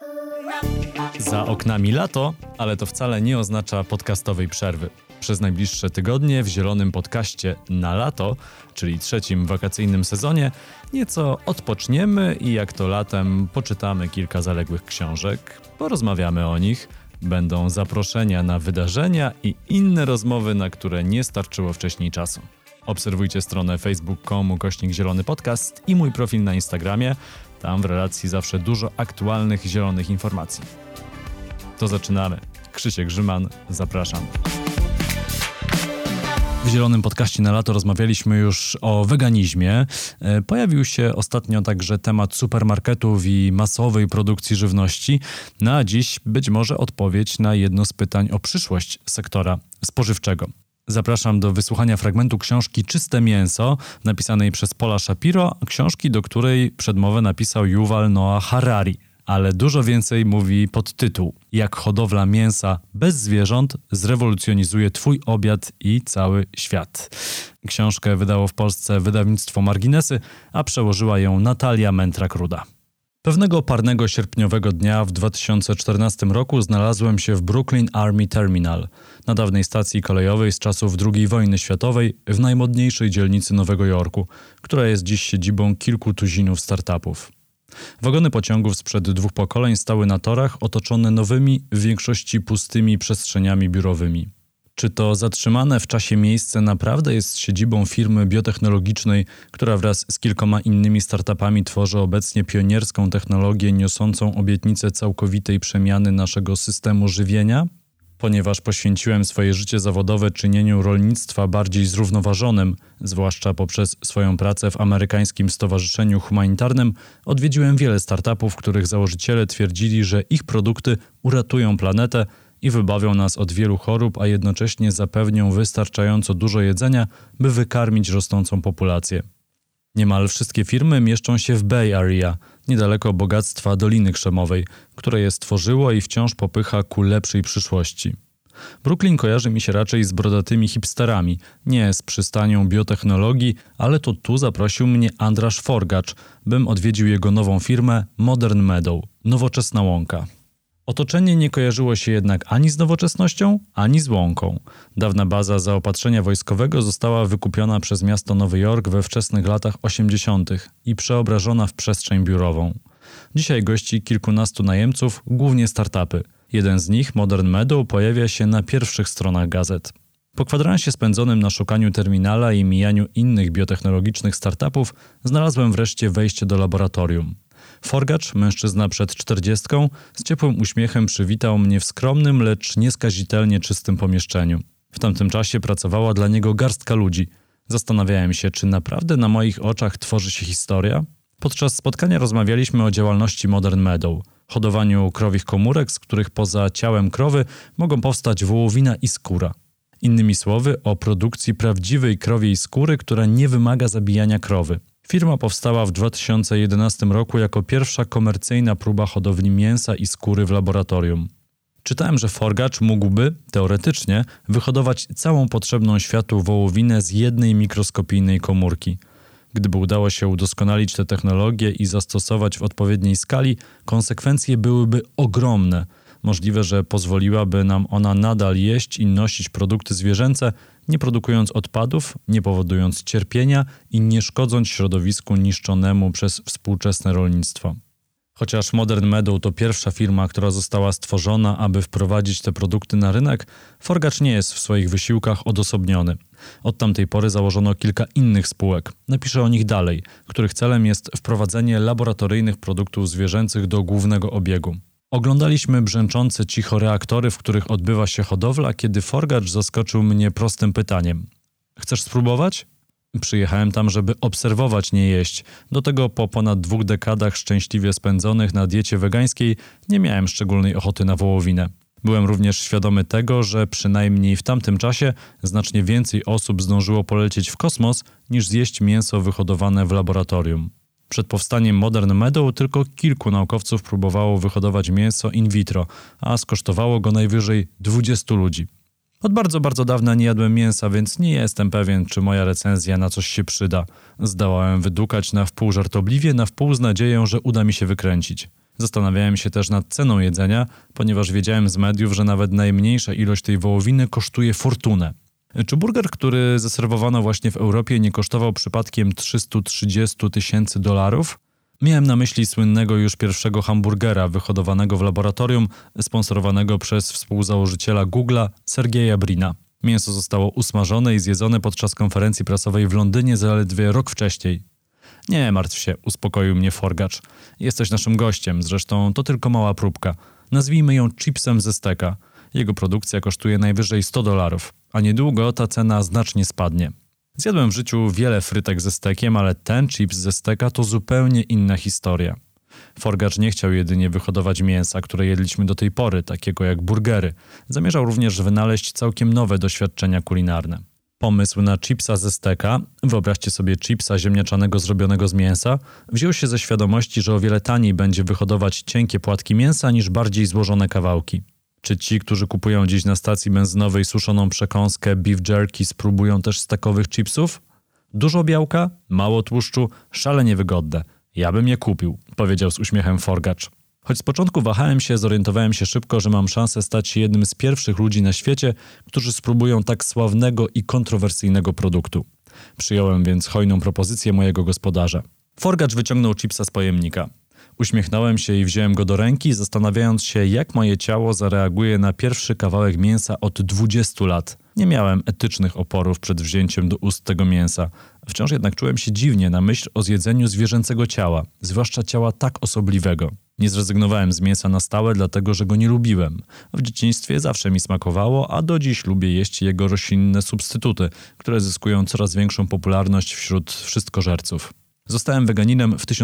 Za oknami lato, ale to wcale nie oznacza podcastowej przerwy. Przez najbliższe tygodnie w Zielonym Podcaście na lato, czyli trzecim wakacyjnym sezonie, nieco odpoczniemy i jak to latem poczytamy kilka zaległych książek, porozmawiamy o nich, będą zaproszenia na wydarzenia i inne rozmowy, na które nie starczyło wcześniej czasu. Obserwujcie stronę facebook.com/Zielony Podcast i mój profil na Instagramie. Tam w relacji zawsze dużo aktualnych zielonych informacji. To zaczynamy. Krzysiek Grzyman, zapraszam. W Zielonym Podcaście na lato rozmawialiśmy już o weganizmie. Pojawił się ostatnio także temat supermarketów i masowej produkcji żywności. No a dziś być może odpowiedź na jedno z pytań o przyszłość sektora spożywczego. Zapraszam do wysłuchania fragmentu książki Czyste mięso, napisanej przez Paula Shapiro, książki, do której przedmowę napisał Yuval Noah Harari. Ale dużo więcej mówi podtytuł: Jak hodowla mięsa bez zwierząt zrewolucjonizuje Twój obiad i cały świat. Książkę wydało w Polsce wydawnictwo Marginesy, a przełożyła ją Natalia Mędrak-Ruda. Pewnego parnego sierpniowego dnia w 2014 roku znalazłem się w Brooklyn Army Terminal, na dawnej stacji kolejowej z czasów II wojny światowej w najmodniejszej dzielnicy Nowego Jorku, która jest dziś siedzibą kilku tuzinów startupów. Wagony pociągów sprzed 2 pokoleń stały na torach otoczone nowymi, w większości pustymi przestrzeniami biurowymi. Czy to zatrzymane w czasie miejsce naprawdę jest siedzibą firmy biotechnologicznej, która wraz z kilkoma innymi startupami tworzy obecnie pionierską technologię niosącą obietnicę całkowitej przemiany naszego systemu żywienia? Ponieważ poświęciłem swoje życie zawodowe czynieniu rolnictwa bardziej zrównoważonym, zwłaszcza poprzez swoją pracę w amerykańskim stowarzyszeniu humanitarnym, odwiedziłem wiele startupów, których założyciele twierdzili, że ich produkty uratują planetę i wybawią nas od wielu chorób, a jednocześnie zapewnią wystarczająco dużo jedzenia, by wykarmić rosnącą populację. Niemal wszystkie firmy mieszczą się w Bay Area, niedaleko bogactwa Doliny Krzemowej, które je stworzyło i wciąż popycha ku lepszej przyszłości. Brooklyn kojarzy mi się raczej z brodatymi hipsterami, nie z przystanią biotechnologii, ale to tu zaprosił mnie Andrasz Forgacz, bym odwiedził jego nową firmę Modern Meadow, nowoczesna łąka. Otoczenie nie kojarzyło się jednak ani z nowoczesnością, ani z łąką. Dawna baza zaopatrzenia wojskowego została wykupiona przez miasto Nowy Jork we wczesnych latach 80. i przeobrażona w przestrzeń biurową. Dzisiaj gości kilkunastu najemców, głównie startupy. Jeden z nich, Modern Meadow, pojawia się na pierwszych stronach gazet. Po kwadransie spędzonym na szukaniu terminala i mijaniu innych biotechnologicznych startupów, znalazłem wreszcie wejście do laboratorium. Forgacz, mężczyzna przed 40, z ciepłym uśmiechem przywitał mnie w skromnym, lecz nieskazitelnie czystym pomieszczeniu. W tamtym czasie pracowała dla niego garstka ludzi. Zastanawiałem się, czy naprawdę na moich oczach tworzy się historia? Podczas spotkania rozmawialiśmy o działalności Modern Meadow, hodowaniu krowich komórek, z których poza ciałem krowy mogą powstać wołowina i skóra. Innymi słowy, o produkcji prawdziwej krowiej skóry, która nie wymaga zabijania krowy. Firma powstała w 2011 roku jako pierwsza komercyjna próba hodowli mięsa i skóry w laboratorium. Czytałem, że Forgacz mógłby, teoretycznie, wyhodować całą potrzebną światu wołowinę z jednej mikroskopijnej komórki. Gdyby udało się udoskonalić tę technologię i zastosować w odpowiedniej skali, konsekwencje byłyby ogromne. Możliwe, że pozwoliłaby nam ona nadal jeść i nosić produkty zwierzęce, nie produkując odpadów, nie powodując cierpienia i nie szkodząc środowisku niszczonemu przez współczesne rolnictwo. Chociaż Modern Meadow to pierwsza firma, która została stworzona, aby wprowadzić te produkty na rynek, Forgacz nie jest w swoich wysiłkach odosobniony. Od tamtej pory założono kilka innych spółek. Napiszę o nich dalej, których celem jest wprowadzenie laboratoryjnych produktów zwierzęcych do głównego obiegu. Oglądaliśmy brzęczące cicho reaktory, w których odbywa się hodowla, kiedy Forgacz zaskoczył mnie prostym pytaniem. Chcesz spróbować? Przyjechałem tam, żeby obserwować, nie jeść. Do tego po ponad 2 dekadach szczęśliwie spędzonych na diecie wegańskiej nie miałem szczególnej ochoty na wołowinę. Byłem również świadomy tego, że przynajmniej w tamtym czasie znacznie więcej osób zdążyło polecieć w kosmos, niż zjeść mięso wyhodowane w laboratorium. Przed powstaniem Modern Meadow tylko kilku naukowców próbowało wyhodować mięso in vitro, a skosztowało go najwyżej 20 ludzi. Od bardzo, bardzo dawna nie jadłem mięsa, więc nie jestem pewien, czy moja recenzja na coś się przyda. Zdołałem wydukać na wpół żartobliwie, na wpół z nadzieją, że uda mi się wykręcić. Zastanawiałem się też nad ceną jedzenia, ponieważ wiedziałem z mediów, że nawet najmniejsza ilość tej wołowiny kosztuje fortunę. Czy burger, który zaserwowano właśnie w Europie, nie kosztował przypadkiem $330,000? Miałem na myśli słynnego już pierwszego hamburgera wyhodowanego w laboratorium, sponsorowanego przez współzałożyciela Google'a, Sergeja Brina. Mięso zostało usmażone i zjedzone podczas konferencji prasowej w Londynie zaledwie rok wcześniej. Nie martw się, uspokoił mnie Forgacz. Jesteś naszym gościem, zresztą to tylko mała próbka. Nazwijmy ją chipsem ze steka. Jego produkcja kosztuje najwyżej $100, a niedługo ta cena znacznie spadnie. Zjadłem w życiu wiele frytek ze stekiem, ale ten chips ze steka to zupełnie inna historia. Forgacz nie chciał jedynie wyhodować mięsa, które jedliśmy do tej pory, takiego jak burgery. Zamierzał również wynaleźć całkiem nowe doświadczenia kulinarne. Pomysł na chipsa ze steka, wyobraźcie sobie chipsa ziemniaczanego zrobionego z mięsa, wziął się ze świadomości, że o wiele taniej będzie wyhodować cienkie płatki mięsa niż bardziej złożone kawałki. Czy ci, którzy kupują dziś na stacji benzynowej suszoną przekąskę beef jerky, spróbują też stekowych chipsów? Dużo białka, mało tłuszczu, szalenie wygodne. Ja bym je kupił, powiedział z uśmiechem Forgacz. Choć z początku wahałem się, zorientowałem się szybko, że mam szansę stać się jednym z pierwszych ludzi na świecie, którzy spróbują tak sławnego i kontrowersyjnego produktu. Przyjąłem więc hojną propozycję mojego gospodarza. Forgacz wyciągnął chipsa z pojemnika. Uśmiechnąłem się i wziąłem go do ręki, zastanawiając się, jak moje ciało zareaguje na pierwszy kawałek mięsa od 20 lat. Nie miałem etycznych oporów przed wzięciem do ust tego mięsa. Wciąż jednak czułem się dziwnie na myśl o zjedzeniu zwierzęcego ciała, zwłaszcza ciała tak osobliwego. Nie zrezygnowałem z mięsa na stałe, dlatego że go nie lubiłem. W dzieciństwie zawsze mi smakowało, a do dziś lubię jeść jego roślinne substytuty, które zyskują coraz większą popularność wśród wszystkożerców. Zostałem weganinem w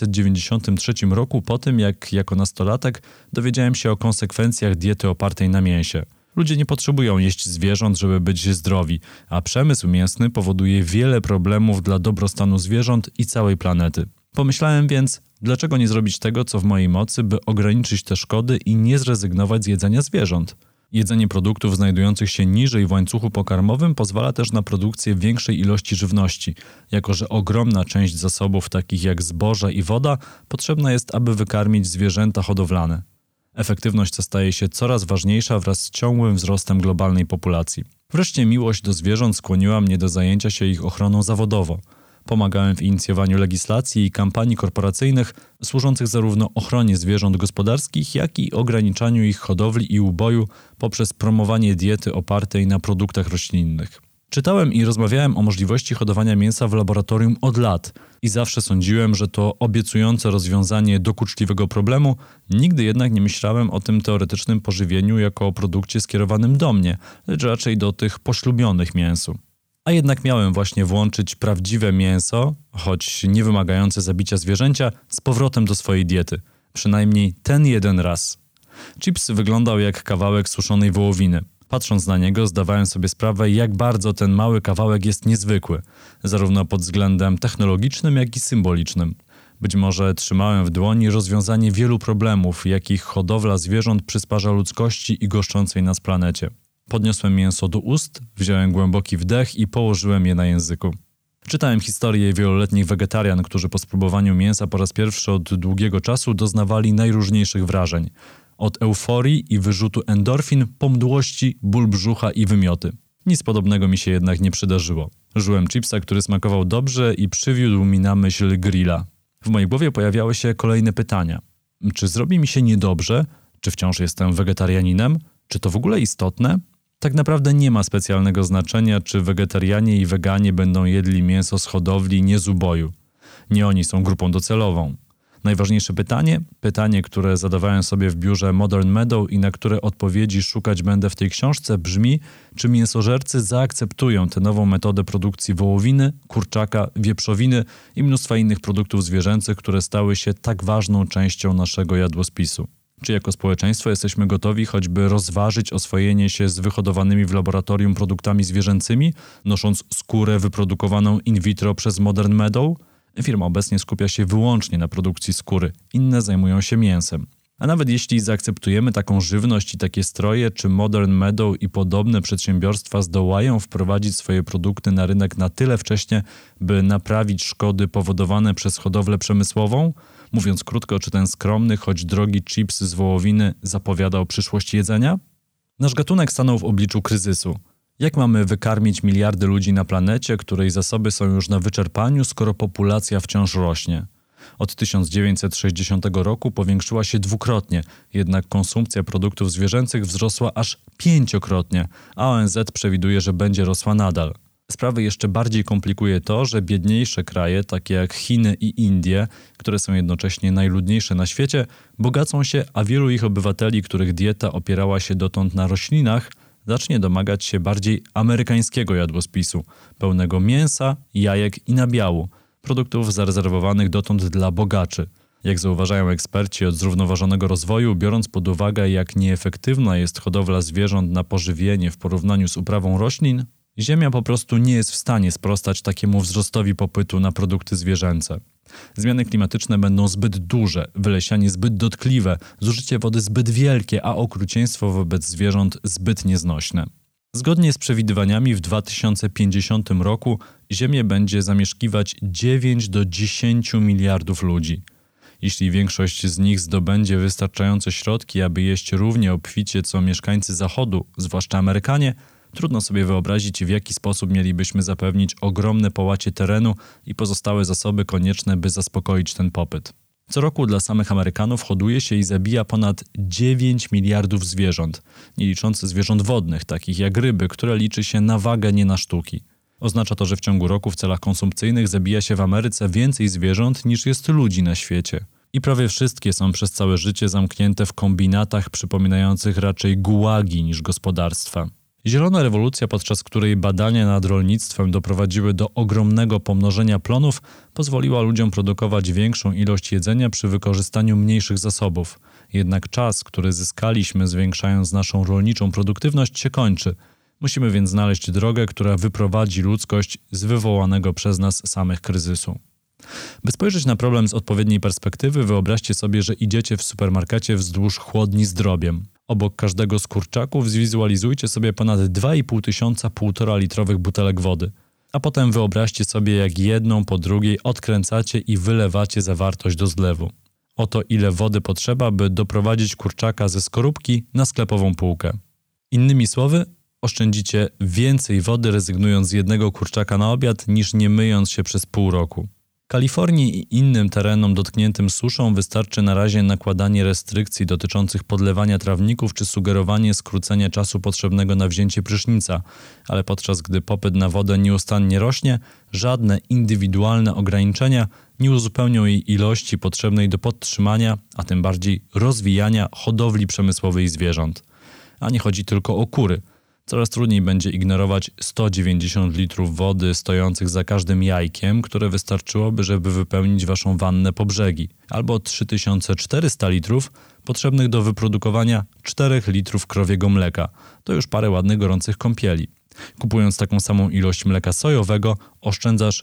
1993 roku po tym, jak jako nastolatek dowiedziałem się o konsekwencjach diety opartej na mięsie. Ludzie nie potrzebują jeść zwierząt, żeby być zdrowi, a przemysł mięsny powoduje wiele problemów dla dobrostanu zwierząt i całej planety. Pomyślałem więc, dlaczego nie zrobić tego, co w mojej mocy, by ograniczyć te szkody i nie zrezygnować z jedzenia zwierząt. Jedzenie produktów znajdujących się niżej w łańcuchu pokarmowym pozwala też na produkcję większej ilości żywności, jako że ogromna część zasobów takich jak zboże i woda potrzebna jest, aby wykarmić zwierzęta hodowlane. Efektywność ta staje się coraz ważniejsza wraz z ciągłym wzrostem globalnej populacji. Wreszcie miłość do zwierząt skłoniła mnie do zajęcia się ich ochroną zawodowo. Pomagałem w inicjowaniu legislacji i kampanii korporacyjnych służących zarówno ochronie zwierząt gospodarskich, jak i ograniczaniu ich hodowli i uboju poprzez promowanie diety opartej na produktach roślinnych. Czytałem i rozmawiałem o możliwości hodowania mięsa w laboratorium od lat i zawsze sądziłem, że to obiecujące rozwiązanie dokuczliwego problemu, nigdy jednak nie myślałem o tym teoretycznym pożywieniu jako o produkcie skierowanym do mnie, lecz raczej do tych poślubionych mięsu. A jednak miałem właśnie włączyć prawdziwe mięso, choć nie wymagające zabicia zwierzęcia, z powrotem do swojej diety. Przynajmniej ten jeden raz. Chips wyglądał jak kawałek suszonej wołowiny. Patrząc na niego, zdawałem sobie sprawę, jak bardzo ten mały kawałek jest niezwykły, zarówno pod względem technologicznym, jak i symbolicznym. Być może trzymałem w dłoni rozwiązanie wielu problemów, jakich hodowla zwierząt przysparza ludzkości i goszczącej nas planecie. Podniosłem mięso do ust, wziąłem głęboki wdech i położyłem je na języku. Czytałem historie wieloletnich wegetarian, którzy po spróbowaniu mięsa po raz pierwszy od długiego czasu doznawali najróżniejszych wrażeń. Od euforii i wyrzutu endorfin, po mdłości, ból brzucha i wymioty. Nic podobnego mi się jednak nie przydarzyło. Żyłem chipsa, który smakował dobrze i przywiódł mi na myśl grilla. W mojej głowie pojawiały się kolejne pytania. Czy zrobi mi się niedobrze? Czy wciąż jestem wegetarianinem? Czy to w ogóle istotne? Tak naprawdę nie ma specjalnego znaczenia, czy wegetarianie i weganie będą jedli mięso z hodowli, nie z uboju. Nie oni są grupą docelową. Najważniejsze pytanie, które zadawałem sobie w biurze Modern Meadow i na które odpowiedzi szukać będę w tej książce, brzmi, czy mięsożercy zaakceptują tę nową metodę produkcji wołowiny, kurczaka, wieprzowiny i mnóstwa innych produktów zwierzęcych, które stały się tak ważną częścią naszego jadłospisu. Czy jako społeczeństwo jesteśmy gotowi choćby rozważyć oswojenie się z wyhodowanymi w laboratorium produktami zwierzęcymi, nosząc skórę wyprodukowaną in vitro przez Modern Meadow? Firma obecnie skupia się wyłącznie na produkcji skóry, inne zajmują się mięsem. A nawet jeśli zaakceptujemy taką żywność i takie stroje, czy Modern Meadow i podobne przedsiębiorstwa zdołają wprowadzić swoje produkty na rynek na tyle wcześnie, by naprawić szkody powodowane przez hodowlę przemysłową? Mówiąc krótko, czy ten skromny, choć drogi chips z wołowiny zapowiadał przyszłość jedzenia? Nasz gatunek stanął w obliczu kryzysu. Jak mamy wykarmić miliardy ludzi na planecie, której zasoby są już na wyczerpaniu, skoro populacja wciąż rośnie? Od 1960 roku powiększyła się dwukrotnie, jednak konsumpcja produktów zwierzęcych wzrosła aż 5-krotnie, a ONZ przewiduje, że będzie rosła nadal. Sprawy jeszcze bardziej komplikuje to, że biedniejsze kraje, takie jak Chiny i Indie, które są jednocześnie najludniejsze na świecie, bogacą się, a wielu ich obywateli, których dieta opierała się dotąd na roślinach, zacznie domagać się bardziej amerykańskiego jadłospisu, pełnego mięsa, jajek i nabiału, produktów zarezerwowanych dotąd dla bogaczy. Jak zauważają eksperci od zrównoważonego rozwoju, biorąc pod uwagę, jak nieefektywna jest hodowla zwierząt na pożywienie w porównaniu z uprawą roślin, Ziemia po prostu nie jest w stanie sprostać takiemu wzrostowi popytu na produkty zwierzęce. Zmiany klimatyczne będą zbyt duże, wylesianie zbyt dotkliwe, zużycie wody zbyt wielkie, a okrucieństwo wobec zwierząt zbyt nieznośne. Zgodnie z przewidywaniami w 2050 roku Ziemię będzie zamieszkiwać 9 do 10 miliardów ludzi. Jeśli większość z nich zdobędzie wystarczające środki, aby jeść równie obficie co mieszkańcy Zachodu, zwłaszcza Amerykanie, trudno sobie wyobrazić, w jaki sposób mielibyśmy zapewnić ogromne połacie terenu i pozostałe zasoby konieczne, by zaspokoić ten popyt. Co roku dla samych Amerykanów hoduje się i zabija ponad 9 miliardów zwierząt, nie licząc zwierząt wodnych, takich jak ryby, które liczy się na wagę, nie na sztuki. Oznacza to, że w ciągu roku w celach konsumpcyjnych zabija się w Ameryce więcej zwierząt niż jest ludzi na świecie. I prawie wszystkie są przez całe życie zamknięte w kombinatach przypominających raczej gułagi niż gospodarstwa. Zielona rewolucja, podczas której badania nad rolnictwem doprowadziły do ogromnego pomnożenia plonów, pozwoliła ludziom produkować większą ilość jedzenia przy wykorzystaniu mniejszych zasobów. Jednak czas, który zyskaliśmy zwiększając naszą rolniczą produktywność, się kończy. Musimy więc znaleźć drogę, która wyprowadzi ludzkość z wywołanego przez nas samych kryzysu. By spojrzeć na problem z odpowiedniej perspektywy, wyobraźcie sobie, że idziecie w supermarkecie wzdłuż chłodni z drobiem. Obok każdego z kurczaków zwizualizujcie sobie ponad 2,5 tysiąca 1,5-litrowych butelek wody. A potem wyobraźcie sobie, jak jedną po drugiej odkręcacie i wylewacie zawartość do zlewu. Oto ile wody potrzeba, by doprowadzić kurczaka ze skorupki na sklepową półkę. Innymi słowy, oszczędzicie więcej wody, rezygnując z jednego kurczaka na obiad, niż nie myjąc się przez pół roku. Kalifornii i innym terenom dotkniętym suszą wystarczy na razie nakładanie restrykcji dotyczących podlewania trawników czy sugerowanie skrócenia czasu potrzebnego na wzięcie prysznica, ale podczas gdy popyt na wodę nieustannie rośnie, żadne indywidualne ograniczenia nie uzupełnią jej ilości potrzebnej do podtrzymania, a tym bardziej rozwijania hodowli przemysłowej zwierząt. A nie chodzi tylko o kury. Coraz trudniej będzie ignorować 190 litrów wody stojących za każdym jajkiem, które wystarczyłoby, żeby wypełnić waszą wannę po brzegi, albo 3400 litrów potrzebnych do wyprodukowania 4 litrów krowiego mleka. To już parę ładnych gorących kąpieli. Kupując taką samą ilość mleka sojowego, oszczędzasz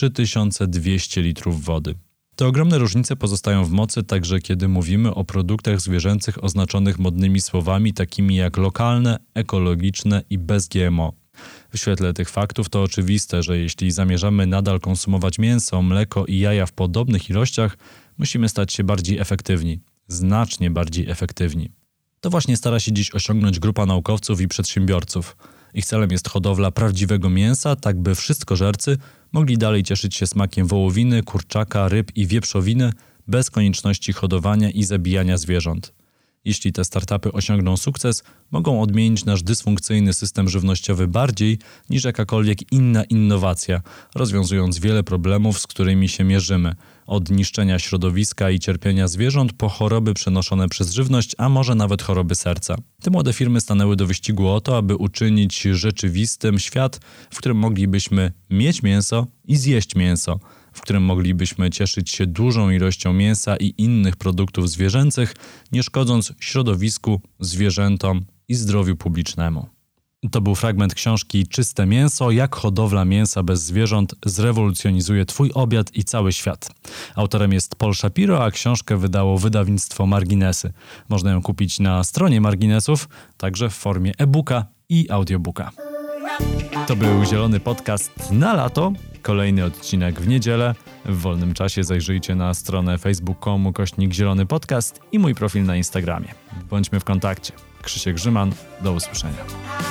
3200 litrów wody. Te ogromne różnice pozostają w mocy także kiedy mówimy o produktach zwierzęcych oznaczonych modnymi słowami takimi jak lokalne, ekologiczne i bez GMO. W świetle tych faktów to oczywiste, że jeśli zamierzamy nadal konsumować mięso, mleko i jaja w podobnych ilościach, musimy stać się bardziej efektywni. Znacznie bardziej efektywni. To właśnie stara się dziś osiągnąć grupa naukowców i przedsiębiorców. Ich celem jest hodowla prawdziwego mięsa, tak by wszystkożercy mogli dalej cieszyć się smakiem wołowiny, kurczaka, ryb i wieprzowiny bez konieczności hodowania i zabijania zwierząt. Jeśli te startupy osiągną sukces, mogą odmienić nasz dysfunkcyjny system żywnościowy bardziej niż jakakolwiek inna innowacja, rozwiązując wiele problemów, z którymi się mierzymy. Od niszczenia środowiska i cierpienia zwierząt po choroby przenoszone przez żywność, a może nawet choroby serca. Te młode firmy stanęły do wyścigu o to, aby uczynić rzeczywistym świat, w którym moglibyśmy mieć mięso i zjeść mięso, w którym moglibyśmy cieszyć się dużą ilością mięsa i innych produktów zwierzęcych, nie szkodząc środowisku, zwierzętom i zdrowiu publicznemu. To był fragment książki Czyste mięso, jak hodowla mięsa bez zwierząt zrewolucjonizuje Twój obiad i cały świat. Autorem jest Paul Shapiro, a książkę wydało wydawnictwo Marginesy. Można ją kupić na stronie Marginesów, także w formie e-booka i audiobooka. To był Zielony Podcast na lato. Kolejny odcinek w niedzielę. W wolnym czasie zajrzyjcie na stronę facebook.com/Zielony Podcast i mój profil na Instagramie. Bądźmy w kontakcie. Krzysiek Grzyman, do usłyszenia.